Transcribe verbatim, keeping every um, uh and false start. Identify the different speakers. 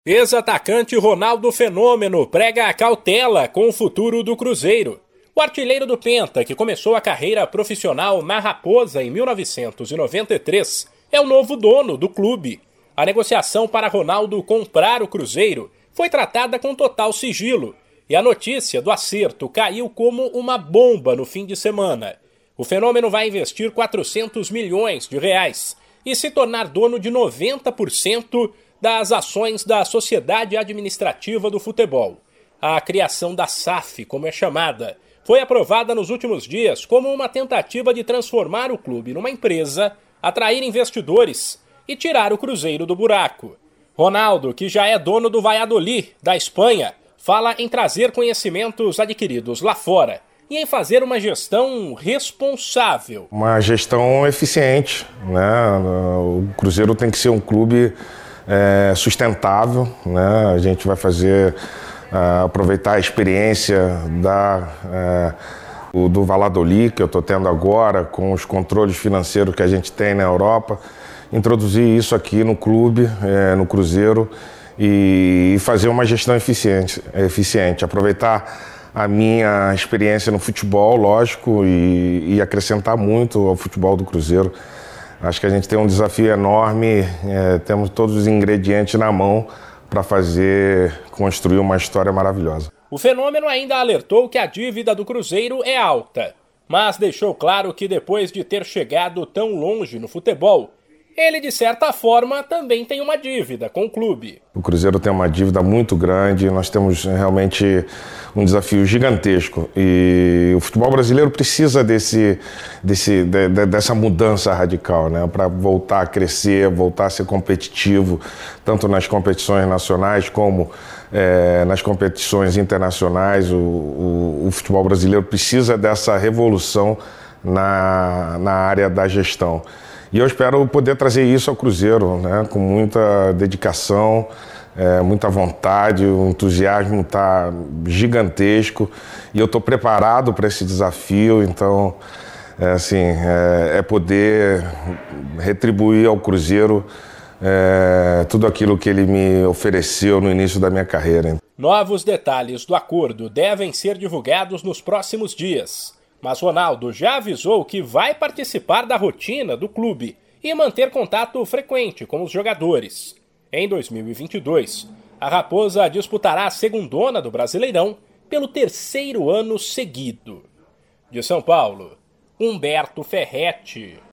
Speaker 1: Ex-atacante Ronaldo Fenômeno prega cautela com o futuro do Cruzeiro. O artilheiro do Penta, que começou a carreira profissional na Raposa em mil novecentos e noventa e três, é o novo dono do clube. A negociação para Ronaldo comprar o Cruzeiro foi tratada com total sigilo, e a notícia do acerto caiu como uma bomba no fim de semana. O Fenômeno vai investir quatrocentos milhões de reais e se tornar dono de noventa por cento das ações da Sociedade Administrativa do Futebol. A criação da S A F, como é chamada, foi aprovada nos últimos dias como uma tentativa de transformar o clube numa empresa, atrair investidores e tirar o Cruzeiro do buraco. Ronaldo, que já é dono do Valladolid, da Espanha, fala em trazer conhecimentos adquiridos lá fora e em fazer uma gestão responsável.
Speaker 2: Uma gestão eficiente, né? O Cruzeiro tem que ser um clube é, sustentável, né? A gente vai fazer, é, aproveitar a experiência da, é, o, do Valladolid, que eu estou tendo agora, com os controles financeiros que a gente tem na Europa, introduzir isso aqui no clube, é, no Cruzeiro, e fazer uma gestão eficiente, eficiente. Aproveitar a minha experiência no futebol, lógico, e, e acrescentar muito ao futebol do Cruzeiro. Acho que a gente tem um desafio enorme, é, temos todos os ingredientes na mão para fazer, construir uma história maravilhosa.
Speaker 1: O Fenômeno ainda alertou que a dívida do Cruzeiro é alta, mas deixou claro que depois de ter chegado tão longe no futebol, ele, de certa forma, também tem uma dívida com o clube.
Speaker 2: O Cruzeiro tem uma dívida muito grande, nós temos realmente um desafio gigantesco e o futebol brasileiro precisa desse, desse, de, de, dessa mudança radical, né? Para voltar a crescer, voltar a ser competitivo, tanto nas competições nacionais como é, nas competições internacionais. O, o, o futebol brasileiro precisa dessa revolução na, na área da gestão. E eu espero poder trazer isso ao Cruzeiro, né, com muita dedicação, é, muita vontade, o entusiasmo está gigantesco e eu estou preparado para esse desafio, então é, assim, é, é poder retribuir ao Cruzeiro é, tudo aquilo que ele me ofereceu no início da minha carreira.
Speaker 1: Novos detalhes do acordo devem ser divulgados nos próximos dias. Mas Ronaldo já avisou que vai participar da rotina do clube e manter contato frequente com os jogadores. Em dois mil e vinte e dois, a Raposa disputará a segundona do Brasileirão pelo terceiro ano seguido. De São Paulo, Humberto Ferretti.